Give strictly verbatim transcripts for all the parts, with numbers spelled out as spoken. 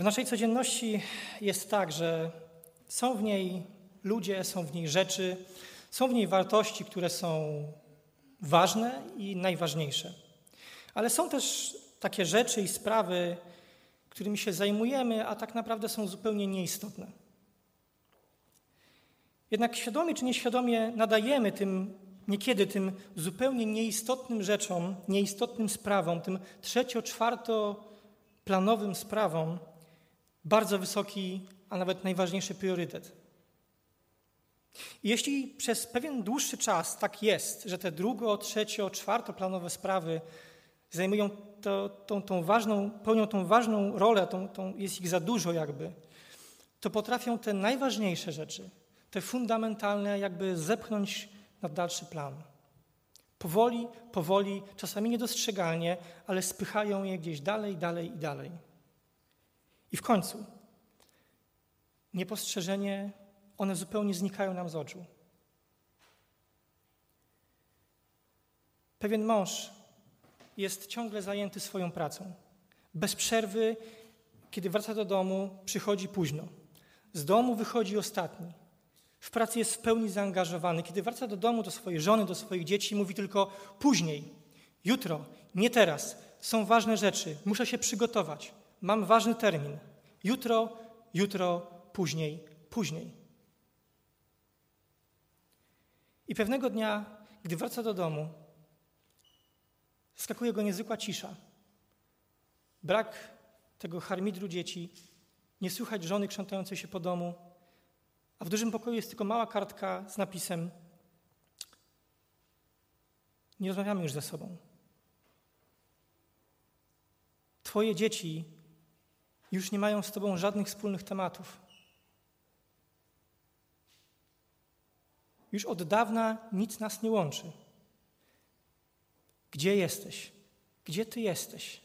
W naszej codzienności jest tak, że są w niej ludzie, są w niej rzeczy, są w niej wartości, które są ważne i najważniejsze. Ale są też takie rzeczy i sprawy, którymi się zajmujemy, a tak naprawdę są zupełnie nieistotne. Jednak świadomie czy nieświadomie nadajemy tym, niekiedy tym zupełnie nieistotnym rzeczom, nieistotnym sprawom, tym trzecio-czwartoplanowym sprawom bardzo wysoki, a nawet najważniejszy priorytet. I jeśli przez pewien dłuższy czas tak jest, że te drugo-, trzecio-, czwartoplanowe sprawy zajmują to, tą, tą ważną, pełnią tą ważną rolę, tą, tą, jest ich za dużo jakby, to potrafią te najważniejsze rzeczy, te fundamentalne jakby zepchnąć na dalszy plan. Powoli, powoli, czasami niedostrzegalnie, ale spychają je gdzieś dalej, dalej i dalej. I w końcu, niepostrzeżenie, one zupełnie znikają nam z oczu. Pewien mąż jest ciągle zajęty swoją pracą. Bez przerwy, kiedy wraca do domu, przychodzi późno. Z domu wychodzi ostatni. W pracy jest w pełni zaangażowany. Kiedy wraca do domu, do swojej żony, do swoich dzieci, mówi tylko później, jutro, nie teraz. Są ważne rzeczy, muszę się przygotować. Mam ważny termin. Jutro, jutro, później, później. I pewnego dnia, gdy wraca do domu, skakuje go niezwykła cisza. Brak tego harmidru dzieci, nie słychać żony krzątającej się po domu, a w dużym pokoju jest tylko mała kartka z napisem: nie rozmawiamy już ze sobą. Twoje dzieci już nie mają z tobą żadnych wspólnych tematów. Już od dawna nic nas nie łączy. Gdzie jesteś? Gdzie ty jesteś?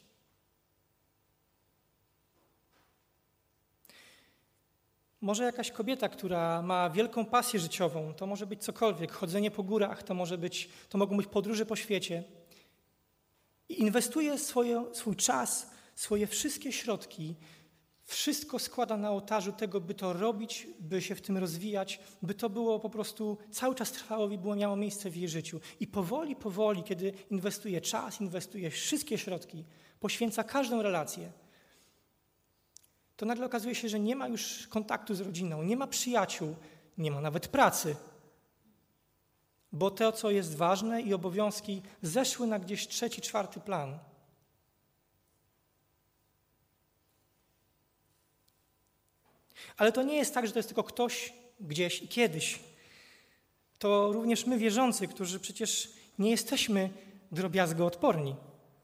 Może jakaś kobieta, która ma wielką pasję życiową, to może być cokolwiek, chodzenie po górach, to może być, to mogą być podróże po świecie. I inwestuje swoje, swój czas, swoje wszystkie środki, wszystko składa na ołtarzu tego, by to robić, by się w tym rozwijać, by to było po prostu cały czas trwało i było miało miejsce w jej życiu. I powoli, powoli, kiedy inwestuje czas, inwestuje wszystkie środki, poświęca każdą relację, to nagle okazuje się, że nie ma już kontaktu z rodziną, nie ma przyjaciół, nie ma nawet pracy. Bo to, co jest ważne i obowiązki zeszły na gdzieś trzeci, czwarty plan. Ale to nie jest tak, że to jest tylko ktoś gdzieś i kiedyś. To również my wierzący, którzy przecież nie jesteśmy drobiazgoodporni.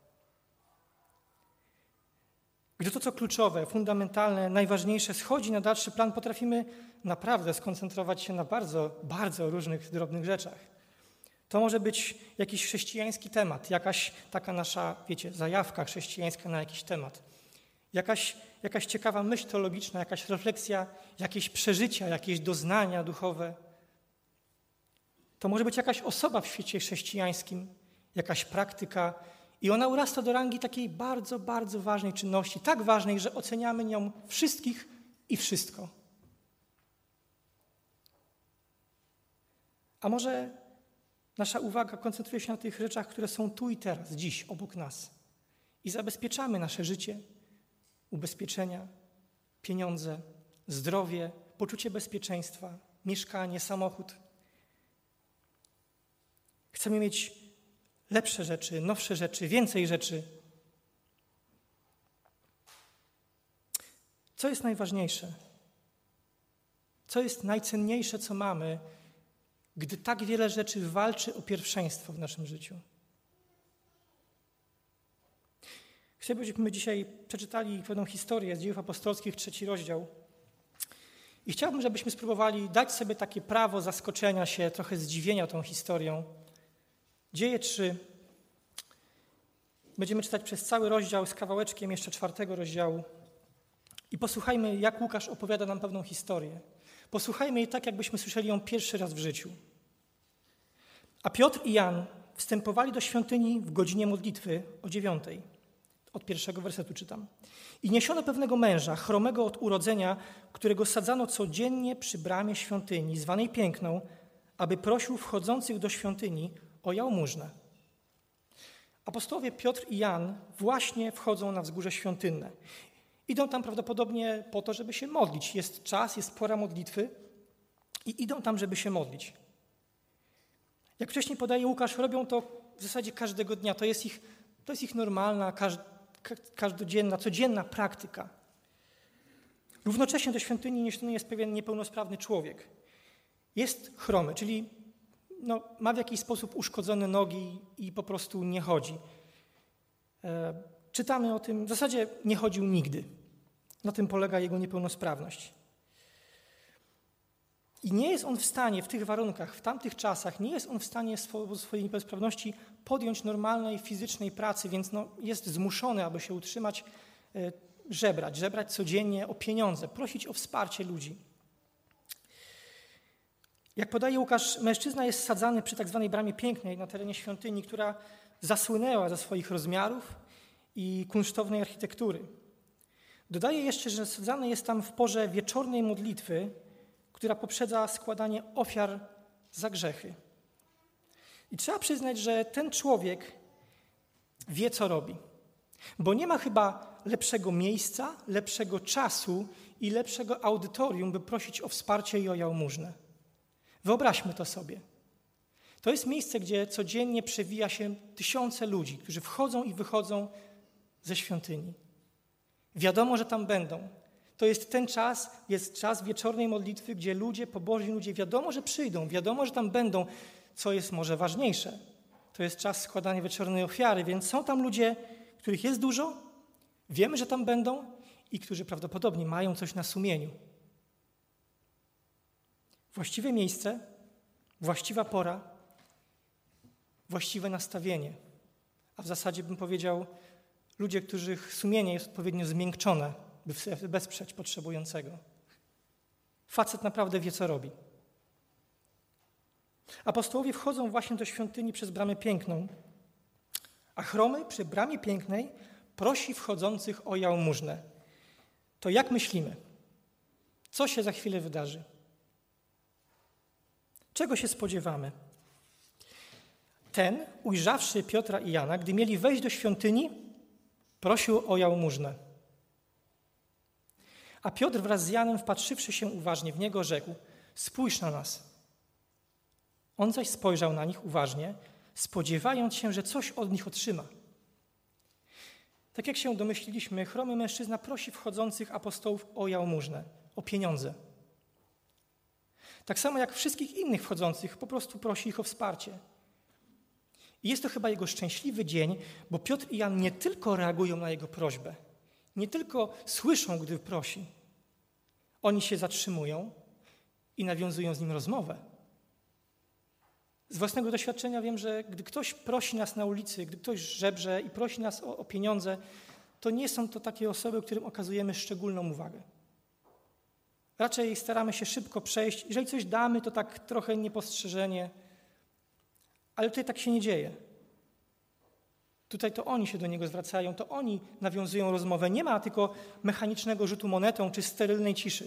Gdy to, co kluczowe, fundamentalne, najważniejsze schodzi na dalszy plan, potrafimy naprawdę skoncentrować się na bardzo, bardzo różnych drobnych rzeczach. To może być jakiś chrześcijański temat, jakaś taka nasza, wiecie, zajawka chrześcijańska na jakiś temat. Jakaś, jakaś ciekawa myśl teologiczna, jakaś refleksja, jakieś przeżycia, jakieś doznania duchowe. To może być jakaś osoba w świecie chrześcijańskim, jakaś praktyka i ona urasta do rangi takiej bardzo, bardzo ważnej czynności, tak ważnej, że oceniamy nią wszystkich i wszystko. A może nasza uwaga koncentruje się na tych rzeczach, które są tu i teraz, dziś, obok nas i zabezpieczamy nasze życie, ubezpieczenia, pieniądze, zdrowie, poczucie bezpieczeństwa, mieszkanie, samochód. Chcemy mieć lepsze rzeczy, nowsze rzeczy, więcej rzeczy. Co jest najważniejsze? Co jest najcenniejsze, co mamy, gdy tak wiele rzeczy walczy o pierwszeństwo w naszym życiu? Chciałbym, żebyśmy dzisiaj przeczytali pewną historię z Dziejów Apostolskich, trzeci rozdział. I chciałbym, żebyśmy spróbowali dać sobie takie prawo zaskoczenia się, trochę zdziwienia tą historią. Dzieje trzy. Będziemy czytać przez cały rozdział z kawałeczkiem jeszcze czwartego rozdziału. I posłuchajmy, jak Łukasz opowiada nam pewną historię. Posłuchajmy jej tak, jakbyśmy słyszeli ją pierwszy raz w życiu. A Piotr i Jan wstępowali do świątyni w godzinie modlitwy o dziewiątej. Od pierwszego wersetu czytam. I niesiono pewnego męża, chromego od urodzenia, którego sadzano codziennie przy bramie świątyni, zwanej Piękną, aby prosił wchodzących do świątyni o jałmużnę. Apostołowie Piotr i Jan właśnie wchodzą na wzgórze świątynne. Idą tam prawdopodobnie po to, żeby się modlić. Jest czas, jest pora modlitwy i idą tam, żeby się modlić. Jak wcześniej podaje Łukasz, robią to w zasadzie każdego dnia. To jest ich, to jest ich normalna, każdodzienna, codzienna praktyka. Równocześnie do świątyni niesiony jest pewien niepełnosprawny człowiek. Jest chromy, czyli no, ma w jakiś sposób uszkodzone nogi i po prostu nie chodzi. E, czytamy o tym, w zasadzie nie chodził nigdy. Na tym polega jego niepełnosprawność. I nie jest on w stanie w tych warunkach, w tamtych czasach, nie jest on w stanie z swojej niepełnosprawności podjąć normalnej fizycznej pracy, więc no, jest zmuszony, aby się utrzymać, e, żebrać, żebrać codziennie o pieniądze, prosić o wsparcie ludzi. Jak podaje Łukasz, mężczyzna jest sadzany przy tak zwanej Bramie Pięknej na terenie świątyni, która zasłynęła ze swoich rozmiarów i kunsztownej architektury. Dodaje jeszcze, że sadzany jest tam w porze wieczornej modlitwy, która poprzedza składanie ofiar za grzechy. I trzeba przyznać, że ten człowiek wie, co robi. Bo nie ma chyba lepszego miejsca, lepszego czasu i lepszego audytorium, by prosić o wsparcie i o jałmużnę. Wyobraźmy to sobie. To jest miejsce, gdzie codziennie przewija się tysiące ludzi, którzy wchodzą i wychodzą ze świątyni. Wiadomo, że tam będą. To jest ten czas, jest czas wieczornej modlitwy, gdzie ludzie, pobożni ludzie, wiadomo, że przyjdą, wiadomo, że tam będą, co jest może ważniejsze. To jest czas składania wieczornej ofiary, więc są tam ludzie, których jest dużo, wiemy, że tam będą i którzy prawdopodobnie mają coś na sumieniu. Właściwe miejsce, właściwa pora, właściwe nastawienie. A w zasadzie bym powiedział, ludzie, których sumienie jest odpowiednio zmiękczone, by wesprzeć potrzebującego. Facet naprawdę wie, co robi. Apostołowie wchodzą właśnie do świątyni przez Bramę Piękną, a chromy przy Bramie Pięknej prosi wchodzących o jałmużnę. To jak myślimy? Co się za chwilę wydarzy? Czego się spodziewamy? Ten, ujrzawszy Piotra i Jana, gdy mieli wejść do świątyni, prosił o jałmużnę. A Piotr wraz z Janem, wpatrzywszy się uważnie w niego, rzekł: spójrz na nas. On zaś spojrzał na nich uważnie, spodziewając się, że coś od nich otrzyma. Tak jak się domyśliliśmy, chromy mężczyzna prosi wchodzących apostołów o jałmużnę, o pieniądze. Tak samo jak wszystkich innych wchodzących, po prostu prosi ich o wsparcie. I jest to chyba jego szczęśliwy dzień, bo Piotr i Jan nie tylko reagują na jego prośbę, nie tylko słyszą, gdy prosi. Oni się zatrzymują i nawiązują z nim rozmowę. Z własnego doświadczenia wiem, że gdy ktoś prosi nas na ulicy, gdy ktoś żebrze i prosi nas o, o pieniądze, to nie są to takie osoby, którym okazujemy szczególną uwagę. Raczej staramy się szybko przejść. Jeżeli coś damy, to tak trochę niepostrzeżenie. Ale tutaj tak się nie dzieje. Tutaj to oni się do niego zwracają, to oni nawiązują rozmowę. Nie ma tylko mechanicznego rzutu monetą czy sterylnej ciszy.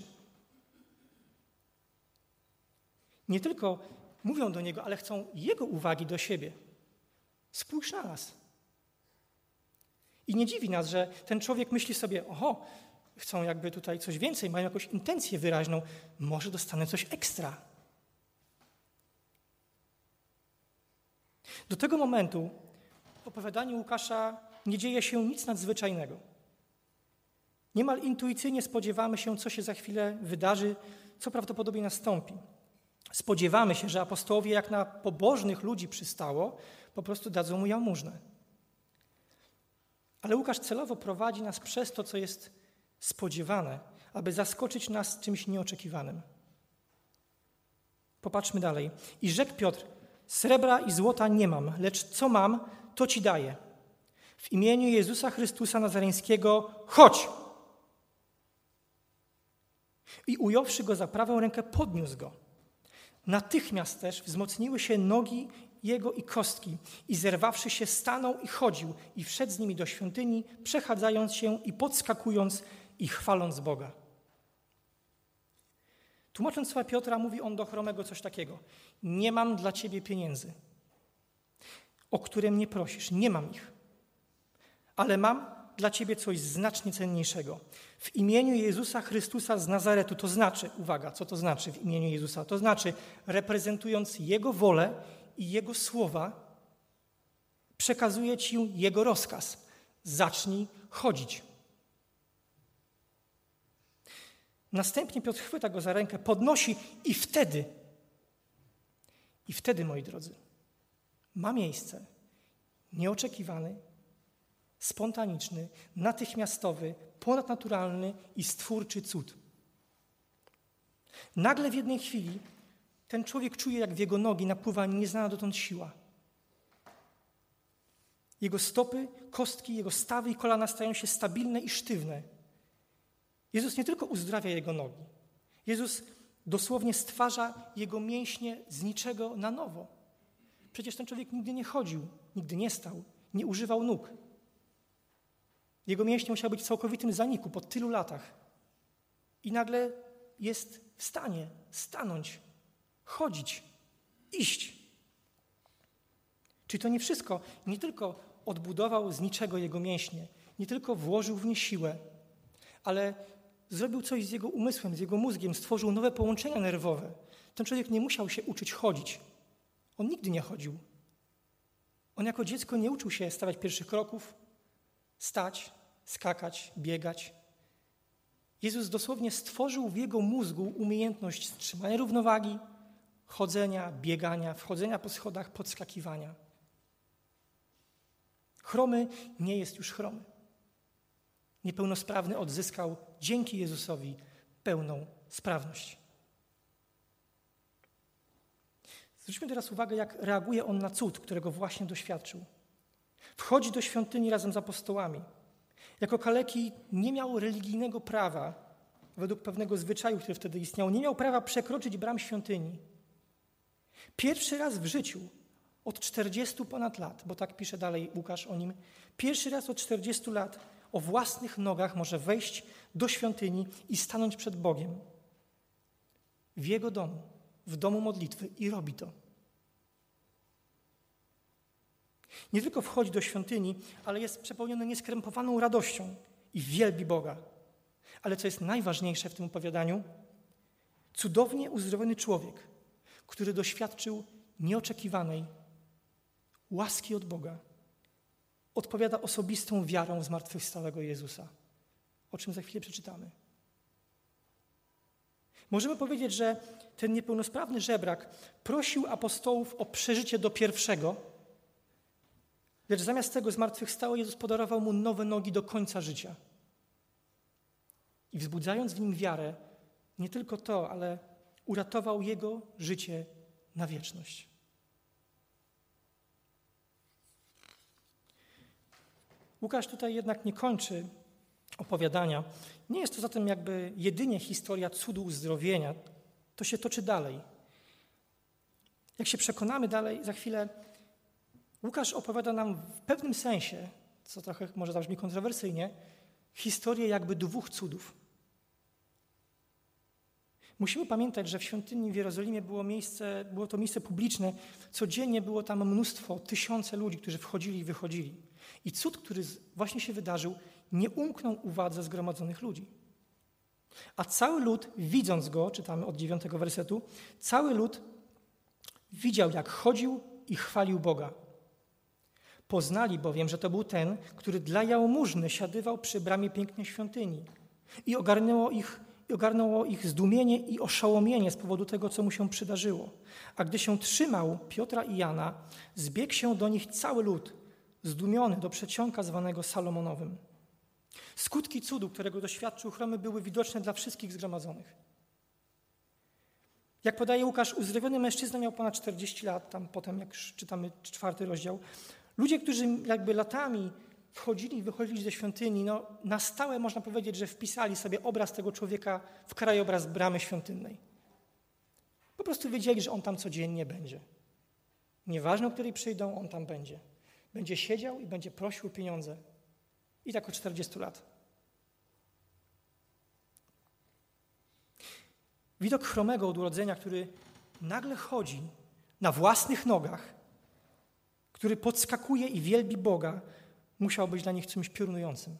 Nie tylko mówią do niego, ale chcą jego uwagi do siebie. Spójrz na nas. I nie dziwi nas, że ten człowiek myśli sobie: oho, chcą jakby tutaj coś więcej, mają jakąś intencję wyraźną, może dostanę coś ekstra. Do tego momentu w opowiadaniu Łukasza nie dzieje się nic nadzwyczajnego. Niemal intuicyjnie spodziewamy się, co się za chwilę wydarzy, co prawdopodobnie nastąpi. Spodziewamy się, że apostołowie, jak na pobożnych ludzi przystało, po prostu dadzą mu jałmużnę. Ale Łukasz celowo prowadzi nas przez to, co jest spodziewane, aby zaskoczyć nas czymś nieoczekiwanym. Popatrzmy dalej. I rzekł Piotr: srebra i złota nie mam, lecz co mam, to ci daję. W imieniu Jezusa Chrystusa Nazareńskiego chodź! I ująwszy go za prawą rękę, podniósł go. Natychmiast też wzmocniły się nogi jego i kostki. I zerwawszy się, stanął i chodził i wszedł z nimi do świątyni, przechadzając się i podskakując i chwaląc Boga. Tłumacząc słowa Piotra, mówi on do chromego coś takiego. Nie mam dla ciebie pieniędzy, o które mnie prosisz. Nie mam ich. Ale mam dla ciebie coś znacznie cenniejszego. W imieniu Jezusa Chrystusa z Nazaretu, to znaczy, uwaga, co to znaczy w imieniu Jezusa? To znaczy, reprezentując Jego wolę i Jego słowa, przekazuję ci Jego rozkaz. Zacznij chodzić. Następnie Piotr chwyta go za rękę, podnosi i wtedy, i wtedy, moi drodzy, ma miejsce nieoczekiwany, spontaniczny, natychmiastowy, ponadnaturalny i stwórczy cud. Nagle w jednej chwili ten człowiek czuje, jak w jego nogi napływa nieznana dotąd siła. Jego stopy, kostki, jego stawy i kolana stają się stabilne i sztywne. Jezus nie tylko uzdrawia jego nogi. Jezus dosłownie stwarza jego mięśnie z niczego na nowo. Przecież ten człowiek nigdy nie chodził, nigdy nie stał, nie używał nóg. Jego mięśnie musiały być w całkowitym zaniku po tylu latach. I nagle jest w stanie stanąć, chodzić, iść. Czyli to nie wszystko. Nie tylko odbudował z niczego jego mięśnie, nie tylko włożył w nie siłę, ale zrobił coś z jego umysłem, z jego mózgiem, stworzył nowe połączenia nerwowe. Ten człowiek nie musiał się uczyć chodzić. On nigdy nie chodził. On jako dziecko nie uczył się stawiać pierwszych kroków, stać, skakać, biegać. Jezus dosłownie stworzył w jego mózgu umiejętność trzymania równowagi, chodzenia, biegania, wchodzenia po schodach, podskakiwania. Chromy nie jest już chromy. Niepełnosprawny odzyskał dzięki Jezusowi pełną sprawność. Zwróćmy teraz uwagę, jak reaguje on na cud, którego właśnie doświadczył. Wchodzi do świątyni razem z apostołami. Jako kaleki nie miał religijnego prawa, według pewnego zwyczaju, który wtedy istniał, nie miał prawa przekroczyć bram świątyni. Pierwszy raz w życiu, od czterdziestu ponad lat, bo tak pisze dalej Łukasz o nim, pierwszy raz od czterdziestu lat o własnych nogach może wejść do świątyni i stanąć przed Bogiem. W Jego domu, w domu modlitwy i robi to. Nie tylko wchodzi do świątyni, ale jest przepełniony nieskrępowaną radością i wielbi Boga. Ale co jest najważniejsze w tym opowiadaniu, cudownie uzdrowiony człowiek, który doświadczył nieoczekiwanej łaski od Boga, odpowiada osobistą wiarą w zmartwychwstałego Jezusa, o czym za chwilę przeczytamy. Możemy powiedzieć, że ten niepełnosprawny żebrak prosił apostołów o przeżycie do pierwszego, lecz zamiast tego zmartwychwstały Jezus podarował mu nowe nogi do końca życia. I wzbudzając w nim wiarę, nie tylko to, ale uratował jego życie na wieczność. Łukasz tutaj jednak nie kończy opowiadania. Nie jest to zatem jakby jedynie historia cudu uzdrowienia. To się toczy dalej. Jak się przekonamy dalej, za chwilę, Łukasz opowiada nam w pewnym sensie, co trochę może zabrzmi kontrowersyjnie, historię jakby dwóch cudów. Musimy pamiętać, że w świątyni w Jerozolimie było miejsce, było to miejsce publiczne. Codziennie było tam mnóstwo, tysiące ludzi, którzy wchodzili i wychodzili. I cud, który właśnie się wydarzył, nie umknął uwadze zgromadzonych ludzi. A cały lud, widząc go, czytamy od dziewiątego wersetu, cały lud widział, jak chodził i chwalił Boga. Poznali bowiem, że to był ten, który dla jałmużny siadywał przy bramie pięknej świątyni. I ogarnęło ich, i ogarnęło ich zdumienie i oszołomienie z powodu tego, co mu się przydarzyło. A gdy się trzymał Piotra i Jana, zbiegł się do nich cały lud, zdumiony do przedsionka zwanego Salomonowym. Skutki cudu, którego doświadczył chromy, były widoczne dla wszystkich zgromadzonych. Jak podaje Łukasz, uzdrowiony mężczyzna miał ponad czterdzieści lat, tam potem jak czytamy czwarty rozdział. Ludzie, którzy jakby latami wchodzili i wychodzili ze świątyni, no na stałe można powiedzieć, że wpisali sobie obraz tego człowieka w krajobraz bramy świątynnej. Po prostu wiedzieli, że on tam codziennie będzie. Nieważne, o której przyjdą, on tam będzie. Będzie siedział i będzie prosił o pieniądze. I tak od czterdziestu lat. Widok chromego od urodzenia, który nagle chodzi na własnych nogach, który podskakuje i wielbi Boga, musiał być dla nich czymś piorunującym.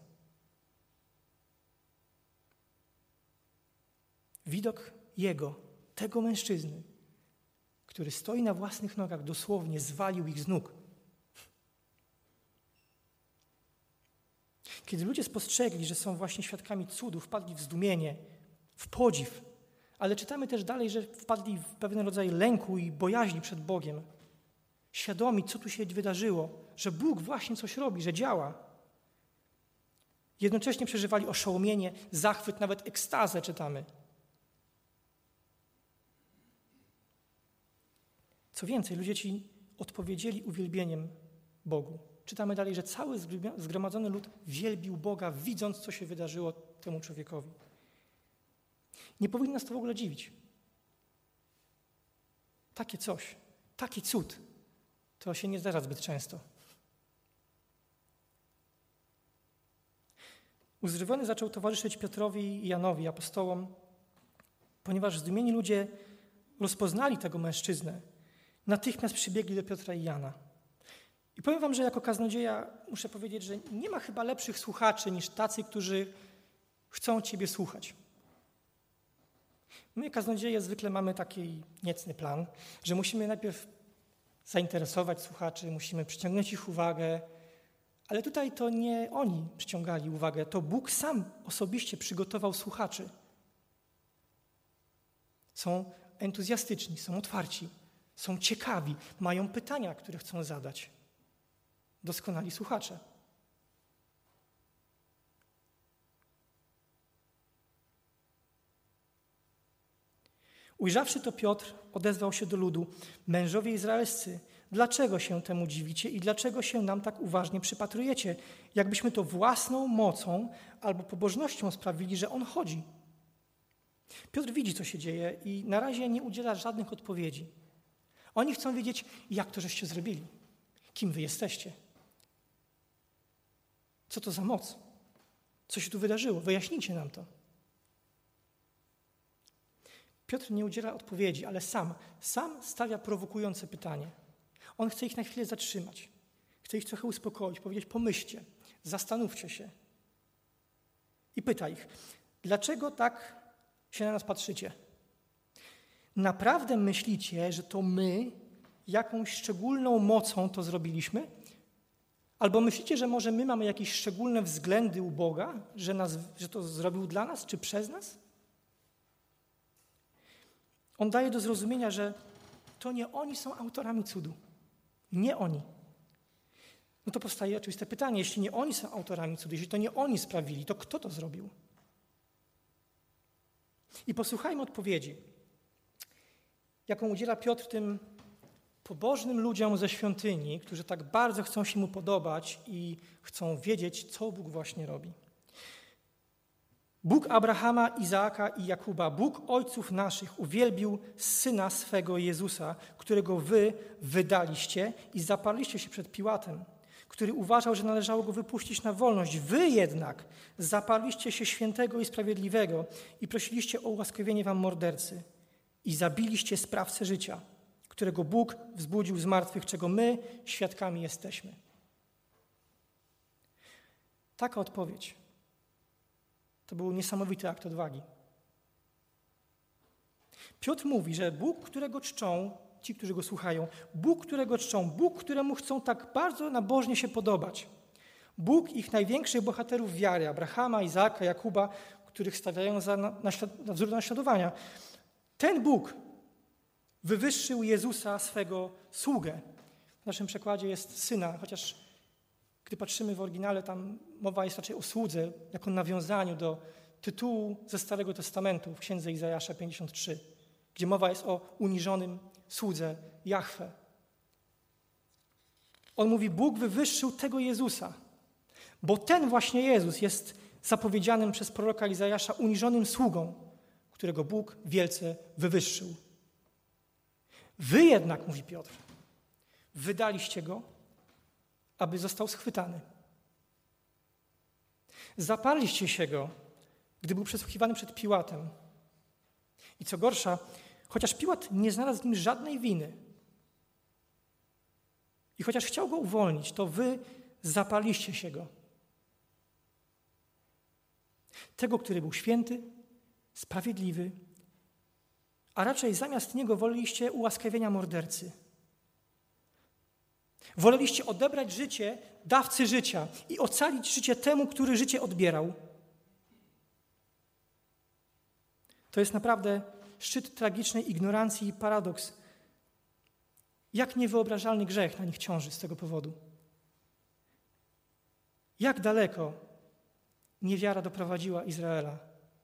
Widok jego, tego mężczyzny, który stoi na własnych nogach, dosłownie zwalił ich z nóg. Kiedy ludzie spostrzegli, że są właśnie świadkami cudów, wpadli w zdumienie, w podziw, ale czytamy też dalej, że wpadli w pewien rodzaj lęku i bojaźni przed Bogiem. Świadomi, co tu się wydarzyło, że Bóg właśnie coś robi, że działa. Jednocześnie przeżywali oszołomienie, zachwyt, nawet ekstazę czytamy. Co więcej, ludzie ci odpowiedzieli uwielbieniem Bogu. Czytamy dalej, że cały zgromadzony lud wielbił Boga, widząc, co się wydarzyło temu człowiekowi. Nie powinno nas to w ogóle dziwić. Takie coś, taki cud, to się nie zdarza zbyt często. Uzdrowiony zaczął towarzyszyć Piotrowi i Janowi, apostołom, ponieważ zdumieni ludzie rozpoznali tego mężczyznę. Natychmiast przybiegli do Piotra i Jana. I powiem wam, że jako kaznodzieja muszę powiedzieć, że nie ma chyba lepszych słuchaczy niż tacy, którzy chcą Ciebie słuchać. My, kaznodzieje, zwykle mamy taki niecny plan, że musimy najpierw zainteresować słuchaczy, musimy przyciągnąć ich uwagę, ale tutaj to nie oni przyciągali uwagę, to Bóg sam osobiście przygotował słuchaczy. Są entuzjastyczni, są otwarci, są ciekawi, mają pytania, które chcą zadać. Doskonali słuchacze. Ujrzawszy to, Piotr odezwał się do ludu: mężowie izraelscy, dlaczego się temu dziwicie i dlaczego się nam tak uważnie przypatrujecie, jakbyśmy to własną mocą albo pobożnością sprawili, że on chodzi? Piotr widzi, co się dzieje i na razie nie udziela żadnych odpowiedzi. Oni chcą wiedzieć, jak to żeście zrobili, kim wy jesteście. Co to za moc? Co się tu wydarzyło? Wyjaśnijcie nam to. Piotr nie udziela odpowiedzi, ale sam, sam stawia prowokujące pytanie. On chce ich na chwilę zatrzymać. Chce ich trochę uspokoić, powiedzieć: pomyślcie, zastanówcie się. I pyta ich: dlaczego tak się na nas patrzycie? Naprawdę myślicie, że to my jakąś szczególną mocą to zrobiliśmy? Albo myślicie, że może my mamy jakieś szczególne względy u Boga, że, nas, że to zrobił dla nas czy przez nas? On daje do zrozumienia, że to nie oni są autorami cudu. Nie oni. No to powstaje oczywiste pytanie: jeśli nie oni są autorami cudu, jeśli to nie oni sprawili, to kto to zrobił? I posłuchajmy odpowiedzi, jaką udziela Piotr tym pobożnym ludziom ze świątyni, którzy tak bardzo chcą się mu podobać i chcą wiedzieć, co Bóg właśnie robi. Bóg Abrahama, Izaaka i Jakuba, Bóg ojców naszych uwielbił Syna swego Jezusa, którego wy wydaliście i zaparliście się przed Piłatem, który uważał, że należało go wypuścić na wolność. Wy jednak zaparliście się świętego i sprawiedliwego i prosiliście o ułaskawienie wam mordercy i zabiliście sprawcę życia, którego Bóg wzbudził z martwych, czego my świadkami jesteśmy. Taka odpowiedź to był niesamowity akt odwagi. Piotr mówi, że Bóg, którego czczą ci, którzy go słuchają, Bóg, którego czczą, Bóg, któremu chcą tak bardzo nabożnie się podobać, Bóg ich największych bohaterów wiary, Abrahama, Izaaka, Jakuba, których stawiają za na, na, na wzór do naśladowania, ten Bóg wywyższył Jezusa, swego sługę. W naszym przekładzie jest syna, chociaż gdy patrzymy w oryginale, tam mowa jest raczej o słudze, jako nawiązaniu do tytułu ze Starego Testamentu w księdze Izajasza pięćdziesiąt trzy, gdzie mowa jest o uniżonym słudze Jahwe. On mówi: Bóg wywyższył tego Jezusa, bo ten właśnie Jezus jest zapowiedzianym przez proroka Izajasza uniżonym sługą, którego Bóg wielce wywyższył. Wy jednak, mówi Piotr, wydaliście go, aby został schwytany. Zaparliście się go, gdy był przesłuchiwany przed Piłatem. I co gorsza, chociaż Piłat nie znalazł w nim żadnej winy i chociaż chciał go uwolnić, to wy zaparliście się go. Tego, który był święty, sprawiedliwy, a raczej zamiast niego woleliście ułaskawienia mordercy. Woleliście odebrać życie dawcy życia i ocalić życie temu, który życie odbierał. To jest naprawdę szczyt tragicznej ignorancji i paradoks. Jak niewyobrażalny grzech na nich ciąży z tego powodu. Jak daleko niewiara doprowadziła Izraela.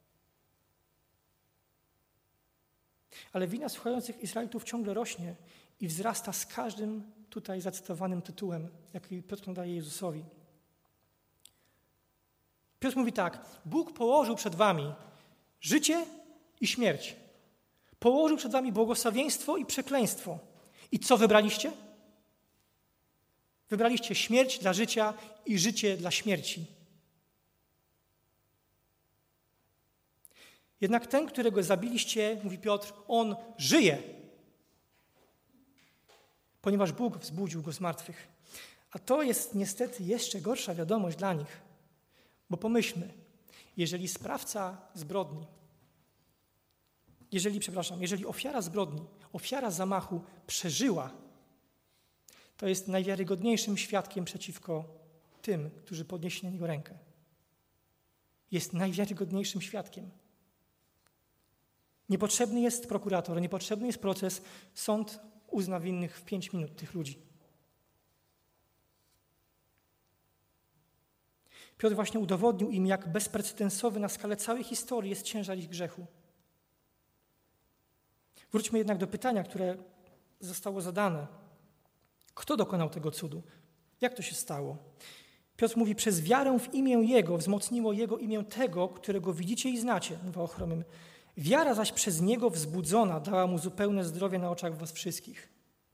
Ale wina słuchających Izraelitów ciągle rośnie i wzrasta z każdym tutaj zacytowanym tytułem, jaki Piotr nadaje Jezusowi. Piotr mówi tak: Bóg położył przed wami życie i śmierć. Położył przed wami błogosławieństwo i przekleństwo. I co wybraliście? Wybraliście śmierć dla życia i życie dla śmierci. Jednak ten, którego zabiliście, mówi Piotr, on żyje, ponieważ Bóg wzbudził go z martwych. A to jest niestety jeszcze gorsza wiadomość dla nich. Bo pomyślmy, jeżeli sprawca zbrodni, jeżeli, przepraszam, jeżeli ofiara zbrodni, ofiara zamachu przeżyła, to jest najwiarygodniejszym świadkiem przeciwko tym, którzy podnieśli na niego rękę. Jest najwiarygodniejszym świadkiem. Niepotrzebny jest prokurator, niepotrzebny jest proces. Sąd uzna winnych w pięć minut tych ludzi. Piotr właśnie udowodnił im, jak bezprecedensowy na skalę całej historii jest ciężar ich grzechu. Wróćmy jednak do pytania, które zostało zadane. Kto dokonał tego cudu? Jak to się stało? Piotr mówi, przez wiarę w imię Jego wzmocniło Jego imię tego, którego widzicie i znacie. Mowa o chromym. Wiara zaś przez Niego wzbudzona dała Mu zupełne zdrowie na oczach was wszystkich.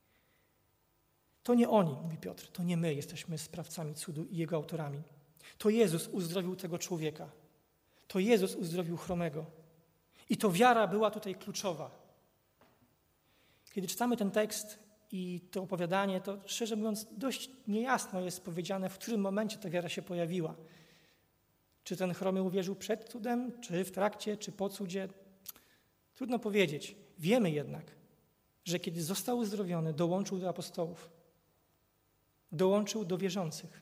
To nie oni, mówi Piotr, to nie my jesteśmy sprawcami cudu i jego autorami. To Jezus uzdrowił tego człowieka. To Jezus uzdrowił chromego. I to wiara była tutaj kluczowa. Kiedy czytamy ten tekst i to opowiadanie, to szczerze mówiąc dość niejasno jest powiedziane, w którym momencie ta wiara się pojawiła. Czy ten chromy uwierzył przed cudem, czy w trakcie, czy po cudzie? Trudno powiedzieć. Wiemy jednak, że kiedy został uzdrowiony, dołączył do apostołów. Dołączył do wierzących.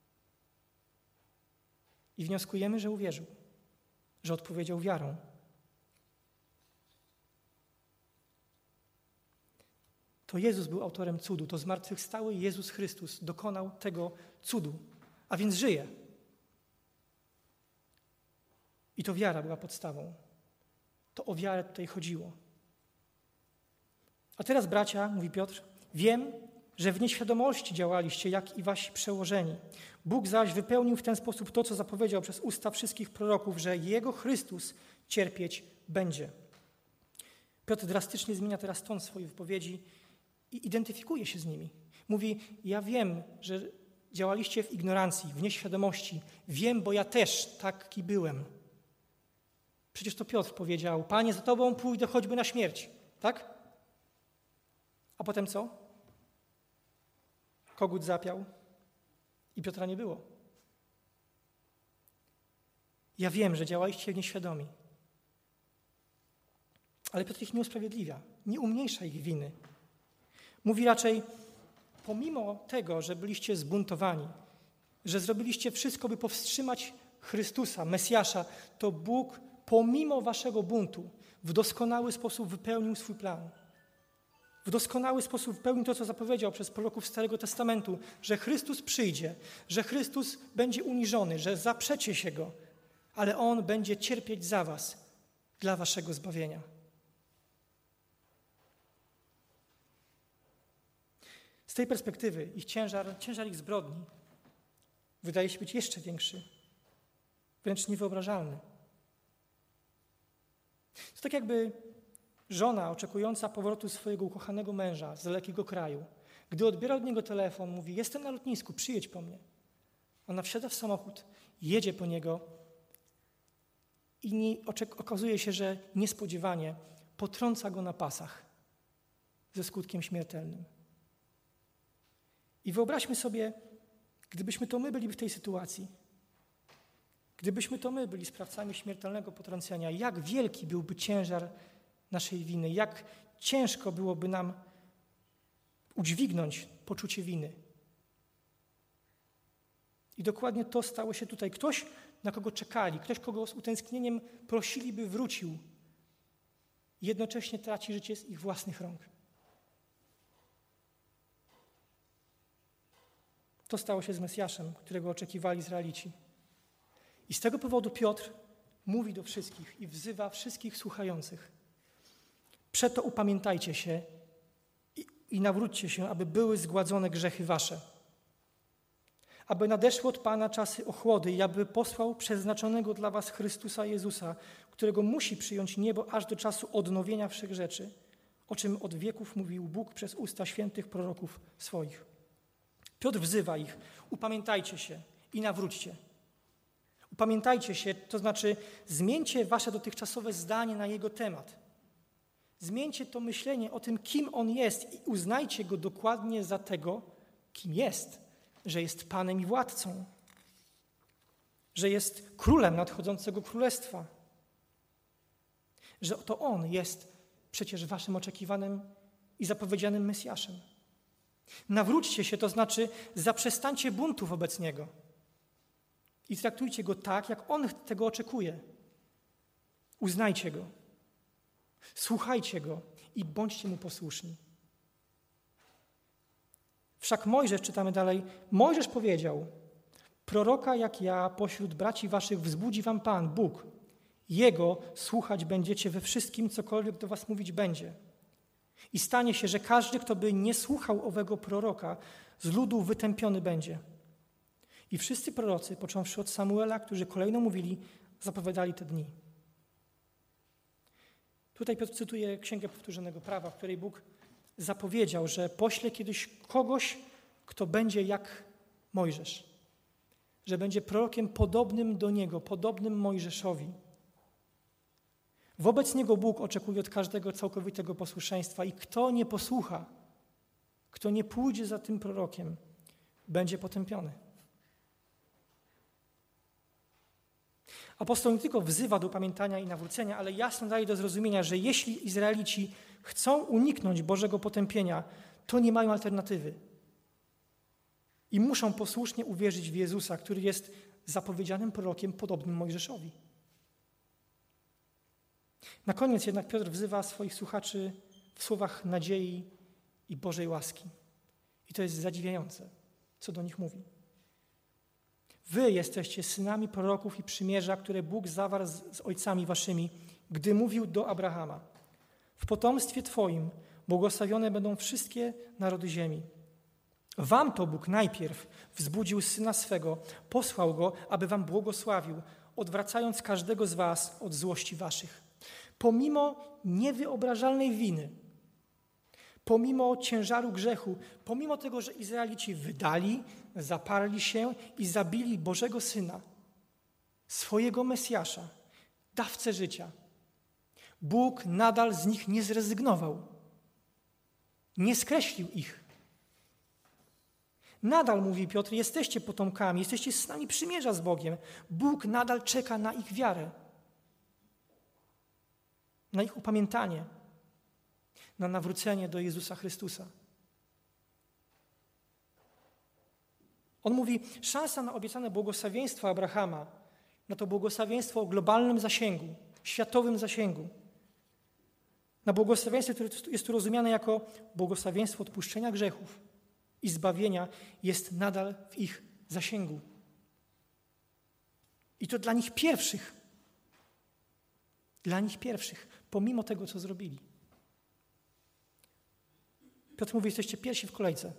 I wnioskujemy, że uwierzył, że odpowiedział wiarą. To Jezus był autorem cudu, to zmartwychwstały Jezus Chrystus dokonał tego cudu, a więc żyje. I to wiara była podstawą. To o wiarę tutaj chodziło. A teraz, bracia, mówi Piotr, wiem, że w nieświadomości działaliście, jak i wasi przełożeni. Bóg zaś wypełnił w ten sposób to, co zapowiedział przez usta wszystkich proroków, że Jego Chrystus cierpieć będzie. Piotr drastycznie zmienia teraz ton swojej wypowiedzi i identyfikuje się z nimi. Mówi, ja wiem, że działaliście w ignorancji, w nieświadomości. Wiem, bo ja też taki byłem. Przecież to Piotr powiedział, Panie, za Tobą pójdę choćby na śmierć. Tak? A potem co? Kogut zapiał i Piotra nie było. Ja wiem, że działaliście nieświadomi. Ale Piotr ich nie usprawiedliwia, nie umniejsza ich winy. Mówi raczej, pomimo tego, że byliście zbuntowani, że zrobiliście wszystko, by powstrzymać Chrystusa, Mesjasza, to Bóg pomimo waszego buntu w doskonały sposób wypełnił swój plan. W doskonały sposób wypełnił to, co zapowiedział przez proroków Starego Testamentu, że Chrystus przyjdzie, że Chrystus będzie uniżony, że zaprzecie się Go, ale On będzie cierpieć za was, dla waszego zbawienia. Z tej perspektywy ich ciężar, ciężar ich zbrodni wydaje się być jeszcze większy, wręcz niewyobrażalny. To tak jakby żona oczekująca powrotu swojego ukochanego męża z dalekiego kraju Gdy odbiera od niego telefon, mówi: jestem na lotnisku, przyjedź po mnie. Ona wsiada w samochód, jedzie po niego i nie, oczek- okazuje się, że niespodziewanie potrąca go na pasach ze skutkiem śmiertelnym. I wyobraźmy sobie, gdybyśmy to my byli w tej sytuacji, gdybyśmy to my byli sprawcami śmiertelnego potrącenia, jak wielki byłby ciężar naszej winy, jak ciężko byłoby nam udźwignąć poczucie winy. I dokładnie to stało się tutaj. Ktoś, na kogo czekali, ktoś, kogo z utęsknieniem prosili, by wrócił, jednocześnie traci życie z ich własnych rąk. To stało się z Mesjaszem, którego oczekiwali Izraelici. I z tego powodu Piotr mówi do wszystkich i wzywa wszystkich słuchających: przeto upamiętajcie się i, i nawróćcie się, aby były zgładzone grzechy wasze. Aby nadeszły od Pana czasy ochłody i aby posłał przeznaczonego dla was Chrystusa Jezusa, którego musi przyjąć niebo aż do czasu odnowienia wszech rzeczy, o czym od wieków mówił Bóg przez usta świętych proroków swoich. Piotr wzywa ich: upamiętajcie się i nawróćcie. Upamiętajcie się, to znaczy zmieńcie wasze dotychczasowe zdanie na jego temat. Zmieńcie to myślenie o tym, kim on jest i uznajcie go dokładnie za tego, kim jest, że jest Panem i Władcą, że jest królem nadchodzącego królestwa, że to on jest przecież waszym oczekiwanym i zapowiedzianym Mesjaszem. Nawróćcie się, to znaczy zaprzestańcie buntu wobec niego i traktujcie go tak, jak on tego oczekuje. Uznajcie go, słuchajcie go i bądźcie mu posłuszni. Wszak Mojżesz, czytamy dalej, Mojżesz powiedział: proroka jak ja pośród braci waszych wzbudzi wam Pan, Bóg. Jego słuchać będziecie we wszystkim, cokolwiek do was mówić będzie. I stanie się, że każdy, kto by nie słuchał owego proroka, z ludu wytępiony będzie. I wszyscy prorocy, począwszy od Samuela, którzy kolejno mówili, zapowiadali te dni. Tutaj Piotr cytuje Księgę Powtórzonego Prawa, w której Bóg zapowiedział, że pośle kiedyś kogoś, kto będzie jak Mojżesz. Że będzie prorokiem podobnym do niego, podobnym Mojżeszowi. Wobec niego Bóg oczekuje od każdego całkowitego posłuszeństwa i kto nie posłucha, kto nie pójdzie za tym prorokiem, będzie potępiony. Apostoł nie tylko wzywa do upamiętania i nawrócenia, ale jasno daje do zrozumienia, że jeśli Izraelici chcą uniknąć Bożego potępienia, to nie mają alternatywy. I muszą posłusznie uwierzyć w Jezusa, który jest zapowiedzianym prorokiem podobnym Mojżeszowi. Na koniec jednak Piotr wzywa swoich słuchaczy w słowach nadziei i Bożej łaski. I to jest zadziwiające, co do nich mówi. Wy jesteście synami proroków i przymierza, które Bóg zawarł z, z ojcami waszymi, gdy mówił do Abrahama: w potomstwie twoim błogosławione będą wszystkie narody ziemi. Wam to Bóg najpierw wzbudził Syna swego, posłał Go, aby wam błogosławił, odwracając każdego z was od złości waszych. Pomimo niewyobrażalnej winy, pomimo ciężaru grzechu, pomimo tego, że Izraelici wydali, zaparli się i zabili Bożego Syna, swojego Mesjasza, dawcę życia, Bóg nadal z nich nie zrezygnował. Nie skreślił ich. Nadal, mówi Piotr, jesteście potomkami, jesteście synami przymierza z Bogiem. Bóg nadal czeka na ich wiarę, na ich upamiętanie, na nawrócenie do Jezusa Chrystusa. On mówi, szansa na obiecane błogosławieństwo Abrahama, na to błogosławieństwo o globalnym zasięgu, światowym zasięgu, na błogosławieństwo, które jest tu rozumiane jako błogosławieństwo odpuszczenia grzechów i zbawienia, jest nadal w ich zasięgu. I to dla nich pierwszych. Dla nich pierwszych, pomimo tego, co zrobili. Piotr mówi, jesteście pierwsi w kolejce.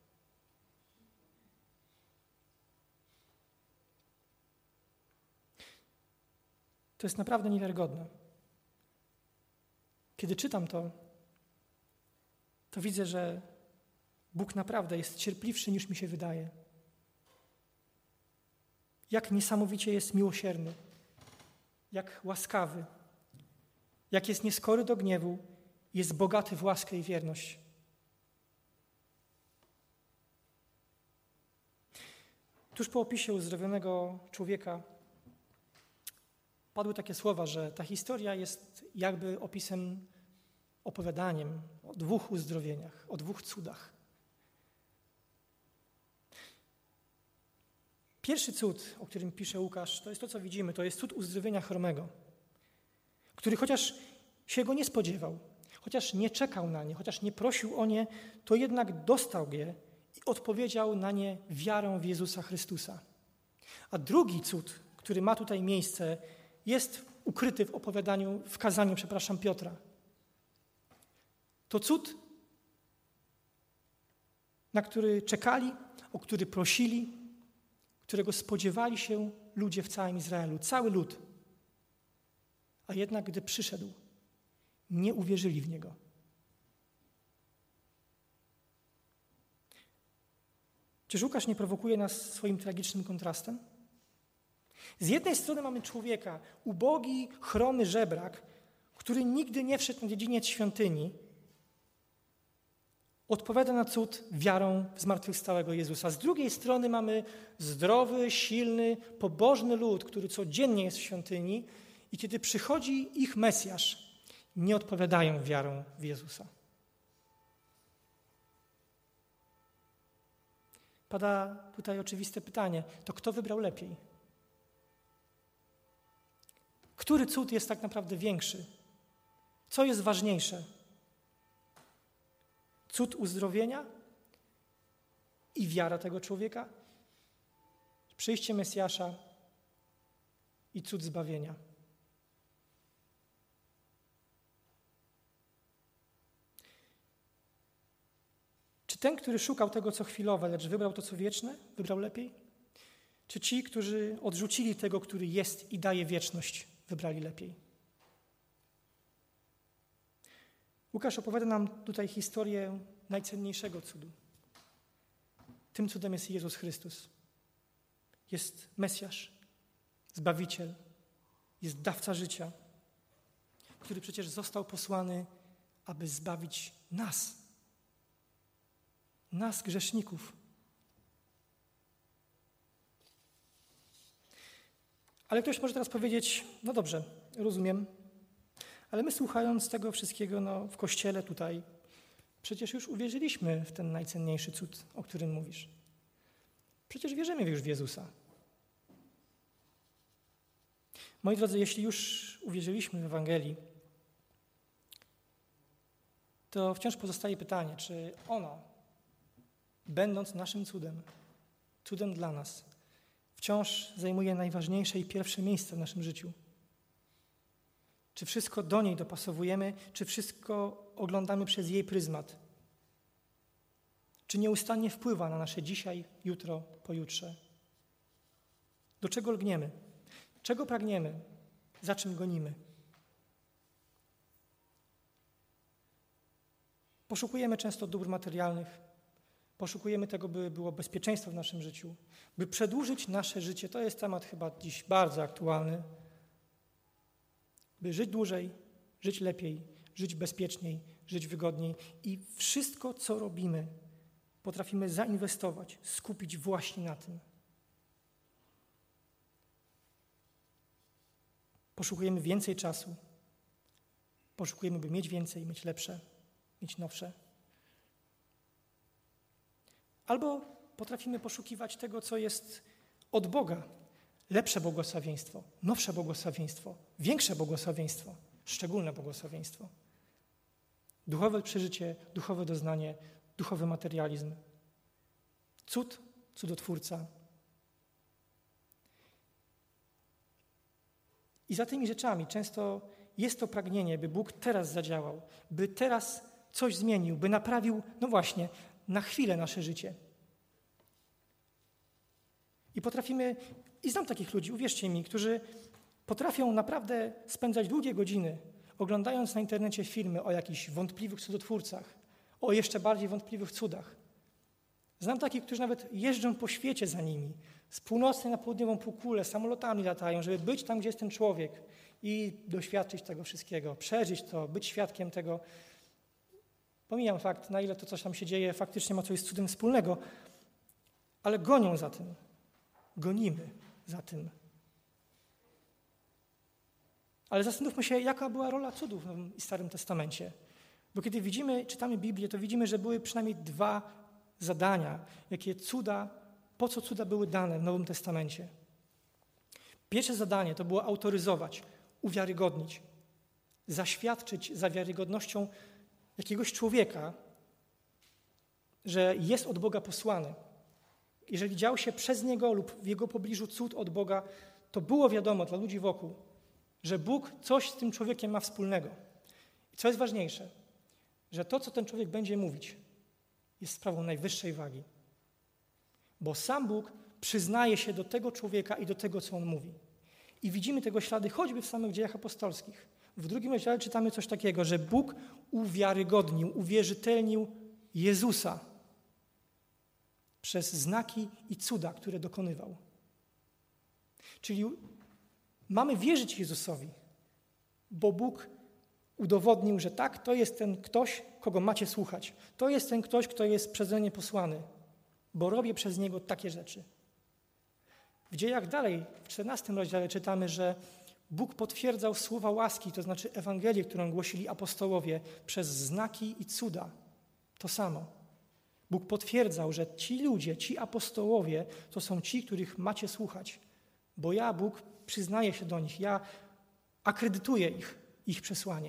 To jest naprawdę niewiarygodne. Kiedy czytam to, to widzę, że Bóg naprawdę jest cierpliwszy niż mi się wydaje. Jak niesamowicie jest miłosierny, jak łaskawy, jak jest nieskory do gniewu, jest bogaty w łaskę i wierność. Tuż po opisie uzdrowionego człowieka padły takie słowa, że ta historia jest jakby opisem, opowiadaniem o dwóch uzdrowieniach, o dwóch cudach. Pierwszy cud, o którym pisze Łukasz, to jest to, co widzimy, to jest cud uzdrowienia chromego, który chociaż się go nie spodziewał, chociaż nie czekał na nie, chociaż nie prosił o nie, to jednak dostał je i odpowiedział na nie wiarą w Jezusa Chrystusa. A drugi cud, który ma tutaj miejsce, jest ukryty w opowiadaniu, w kazaniu, przepraszam, Piotra. To cud, na który czekali, o który prosili, którego spodziewali się ludzie w całym Izraelu, cały lud. A jednak, gdy przyszedł, nie uwierzyli w niego. Czyż Łukasz nie prowokuje nas swoim tragicznym kontrastem? Z jednej strony mamy człowieka, ubogi, chromy żebrak, który nigdy nie wszedł na dziedziniec świątyni, odpowiada na cud wiarą w zmartwychwstałego Jezusa. Z drugiej strony mamy zdrowy, silny, pobożny lud, który codziennie jest w świątyni i kiedy przychodzi ich Mesjasz, nie odpowiadają wiarą w Jezusa. Pada tutaj oczywiste pytanie, to kto wybrał lepiej? Który cud jest tak naprawdę większy? Co jest ważniejsze? Cud uzdrowienia i wiara tego człowieka? Przyjście Mesjasza i cud zbawienia. Czy ten, który szukał tego, co chwilowe, lecz wybrał to, co wieczne, wybrał lepiej? Czy ci, którzy odrzucili tego, który jest i daje wieczność, wybrali lepiej? Łukasz opowiada nam tutaj historię najcenniejszego cudu. Tym cudem jest Jezus Chrystus. Jest Mesjasz, Zbawiciel, jest dawca życia, który przecież został posłany, aby zbawić nas. Nas, grzeszników. Ale ktoś może teraz powiedzieć, no dobrze, rozumiem, ale my słuchając tego wszystkiego no, w kościele tutaj, przecież już uwierzyliśmy w ten najcenniejszy cud, o którym mówisz. Przecież wierzymy już w Jezusa. Moi drodzy, jeśli już uwierzyliśmy w Ewangelii, to wciąż pozostaje pytanie, czy ona, będąc naszym cudem, cudem dla nas, wciąż zajmuje najważniejsze i pierwsze miejsce w naszym życiu. Czy wszystko do niej dopasowujemy, czy wszystko oglądamy przez jej pryzmat? Czy nieustannie wpływa na nasze dzisiaj, jutro, pojutrze? Do czego lgniemy? Czego pragniemy? Za czym gonimy? Poszukujemy często dóbr materialnych, poszukujemy tego, by było bezpieczeństwo w naszym życiu, by przedłużyć nasze życie. To jest temat chyba dziś bardzo aktualny. By żyć dłużej, żyć lepiej, żyć bezpieczniej, żyć wygodniej i wszystko, co robimy, potrafimy zainwestować, skupić właśnie na tym. Poszukujemy więcej czasu, poszukujemy, by mieć więcej, mieć lepsze, mieć nowsze. Albo potrafimy poszukiwać tego, co jest od Boga. Lepsze błogosławieństwo, nowsze błogosławieństwo, większe błogosławieństwo, szczególne błogosławieństwo. Duchowe przeżycie, duchowe doznanie, duchowy materializm. Cud, cudotwórca. I za tymi rzeczami często jest to pragnienie, by Bóg teraz zadziałał, by teraz coś zmienił, by naprawił, no właśnie, na chwilę nasze życie. I potrafimy, i znam takich ludzi, uwierzcie mi, którzy potrafią naprawdę spędzać długie godziny, oglądając na internecie filmy o jakichś wątpliwych cudotwórcach, o jeszcze bardziej wątpliwych cudach. Znam takich, którzy nawet jeżdżą po świecie za nimi. Z północnej na południową półkulę samolotami latają, żeby być tam, gdzie jest ten człowiek i doświadczyć tego wszystkiego, przeżyć to, być świadkiem tego. Pomijam fakt, na ile to, coś tam się dzieje, faktycznie ma coś z cudem wspólnego, ale gonią za tym. Gonimy za tym. Ale zastanówmy się, jaka była rola cudów w Nowym i Starym Testamencie. Bo kiedy widzimy, czytamy Biblię, to widzimy, że były przynajmniej dwa zadania, jakie cuda, po co cuda były dane w Nowym Testamencie. Pierwsze zadanie to było autoryzować, uwiarygodnić, zaświadczyć za wiarygodnością jakiegoś człowieka, że jest od Boga posłany. Jeżeli dział się przez niego lub w jego pobliżu cud od Boga, to było wiadomo dla ludzi wokół, że Bóg coś z tym człowiekiem ma wspólnego. I co jest ważniejsze, że to, co ten człowiek będzie mówić, jest sprawą najwyższej wagi. Bo sam Bóg przyznaje się do tego człowieka i do tego, co on mówi. I widzimy tego ślady choćby w samych dziejach apostolskich. W drugim rozdziale czytamy coś takiego, że Bóg uwiarygodnił, uwierzytelnił Jezusa przez znaki i cuda, które dokonywał. Czyli mamy wierzyć Jezusowi, bo Bóg udowodnił, że tak, to jest ten ktoś, kogo macie słuchać. To jest ten ktoś, kto jest przeze mnie posłany, bo robię przez niego takie rzeczy. W dziejach dalej, w czternastym rozdziale czytamy, że Bóg potwierdzał słowa łaski, to znaczy Ewangelię, którą głosili apostołowie, przez znaki i cuda. To samo. Bóg potwierdzał, że ci ludzie, ci apostołowie, to są ci, których macie słuchać. Bo ja, Bóg, przyznaję się do nich, ja akredytuję ich, ich przesłanie.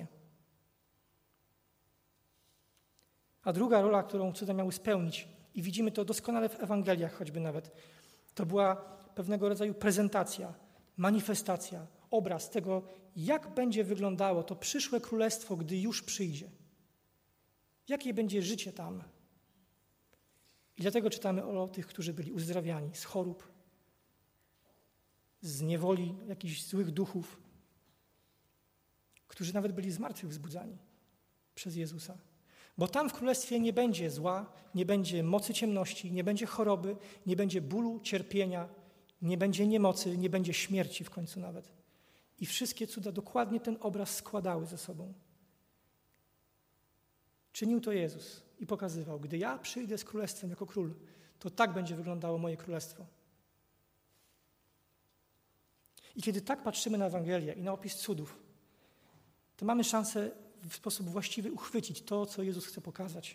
A druga rola, którą cuda miały spełnić, i widzimy to doskonale w Ewangeliach choćby nawet, to była pewnego rodzaju prezentacja, manifestacja, obraz tego, jak będzie wyglądało to przyszłe królestwo, gdy już przyjdzie. Jakie będzie życie tam. I dlatego czytamy o tych, którzy byli uzdrawiani z chorób, z niewoli jakichś złych duchów, którzy nawet byli zmartwychwzbudzani przez Jezusa. Bo tam w królestwie nie będzie zła, nie będzie mocy ciemności, nie będzie choroby, nie będzie bólu, cierpienia, nie będzie niemocy, nie będzie śmierci w końcu nawet. I wszystkie cuda dokładnie ten obraz składały ze sobą. Czynił to Jezus i pokazywał, gdy ja przyjdę z królestwem jako król, to tak będzie wyglądało moje królestwo. I kiedy tak patrzymy na Ewangelię i na opis cudów, to mamy szansę w sposób właściwy uchwycić to, co Jezus chce pokazać.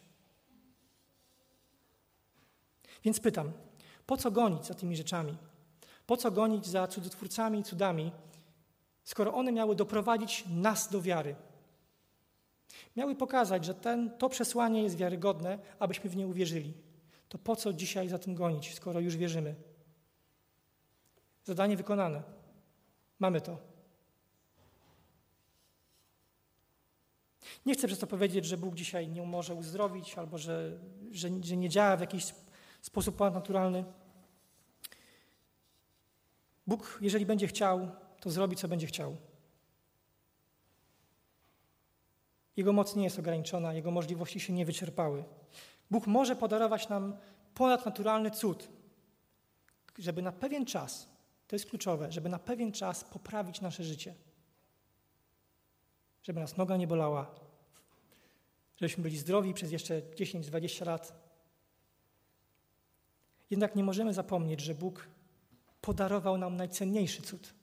Więc pytam, po co gonić za tymi rzeczami? Po co gonić za cudotwórcami i cudami, skoro one miały doprowadzić nas do wiary? Miały pokazać, że ten, to przesłanie jest wiarygodne, abyśmy w nie uwierzyli. To po co dzisiaj za tym gonić, skoro już wierzymy? Zadanie wykonane. Mamy to. Nie chcę przez to powiedzieć, że Bóg dzisiaj nie może uzdrowić albo że, że, że nie działa w jakiś sposób ponadnaturalny. Bóg, jeżeli będzie chciał, to zrobi, co będzie chciał. Jego moc nie jest ograniczona, Jego możliwości się nie wyczerpały. Bóg może podarować nam ponadnaturalny cud, żeby na pewien czas, to jest kluczowe, żeby na pewien czas poprawić nasze życie. Żeby nas noga nie bolała, żebyśmy byli zdrowi przez jeszcze dziesięć dwadzieścia lat. Jednak nie możemy zapomnieć, że Bóg podarował nam najcenniejszy cud.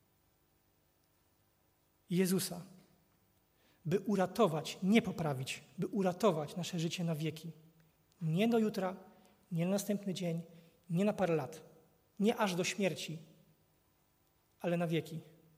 Jezusa, by uratować, nie poprawić, by uratować nasze życie na wieki. Nie do jutra, nie na następny dzień, nie na parę lat, nie aż do śmierci, ale na wieki.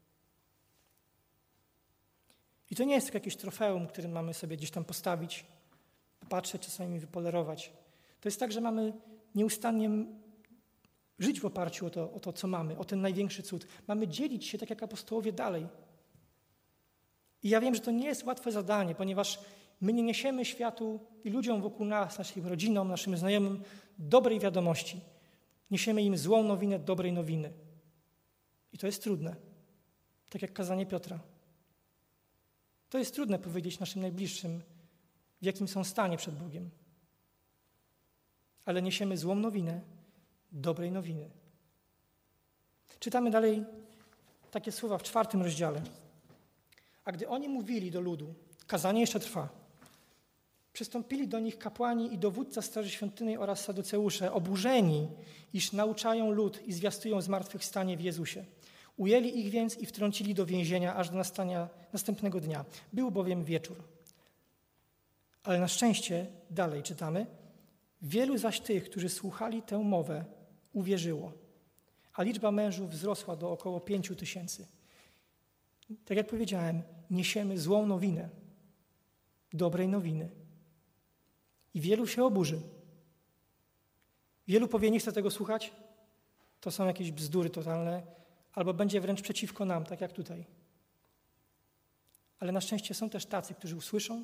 I to nie jest tylko jakieś trofeum, które mamy sobie gdzieś tam postawić, popatrzeć, czasami wypolerować. To jest tak, że mamy nieustannie żyć w oparciu o to, o to, co mamy, o ten największy cud. Mamy dzielić się, tak jak apostołowie, dalej. I ja wiem, że to nie jest łatwe zadanie, ponieważ my nie niesiemy światu i ludziom wokół nas, naszym rodzinom, naszym znajomym dobrej wiadomości. Niesiemy im złą nowinę dobrej nowiny. I to jest trudne. Tak jak kazanie Piotra. To jest trudne powiedzieć naszym najbliższym, w jakim są stanie przed Bogiem. ale niesiemy złą nowinę dobrej nowiny. Czytamy dalej takie słowa w czwartym rozdziale. A gdy oni mówili do ludu, kazanie jeszcze trwa, przystąpili do nich kapłani i dowódca Straży Świątynnej oraz saduceusze, oburzeni, iż nauczają lud i zwiastują zmartwychwstanie w Jezusie. Ujęli ich więc i wtrącili do więzienia aż do nastania następnego dnia. Był bowiem wieczór. Ale na szczęście, dalej czytamy, wielu zaś tych, którzy słuchali tę mowę, uwierzyło, a liczba mężów wzrosła do około pięciu tysięcy. Tak jak powiedziałem, niesiemy złą nowinę, dobrej nowiny. I wielu się oburzy. Wielu powie, nie chcę tego słuchać, to są jakieś bzdury totalne, albo będzie wręcz przeciwko nam, tak jak tutaj. Ale na szczęście są też tacy, którzy usłyszą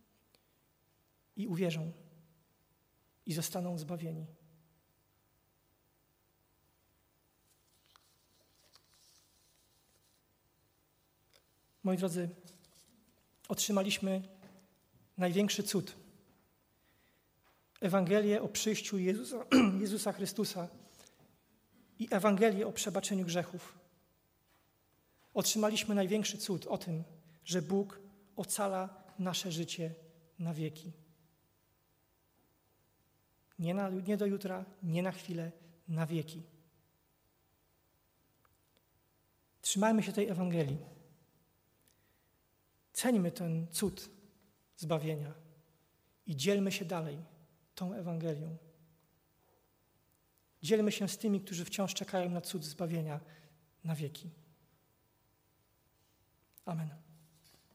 i uwierzą i zostaną zbawieni. Moi drodzy, otrzymaliśmy największy cud. Ewangelię o przyjściu Jezusa, Jezusa Chrystusa i Ewangelię o przebaczeniu grzechów. Otrzymaliśmy największy cud o tym, że Bóg ocala nasze życie na wieki. Nie, na, nie do jutra, nie na chwilę, na wieki. Trzymajmy się tej Ewangelii. Ceńmy ten cud zbawienia i dzielmy się dalej tą Ewangelią. Dzielmy się z tymi, którzy wciąż czekają na cud zbawienia na wieki. Amen.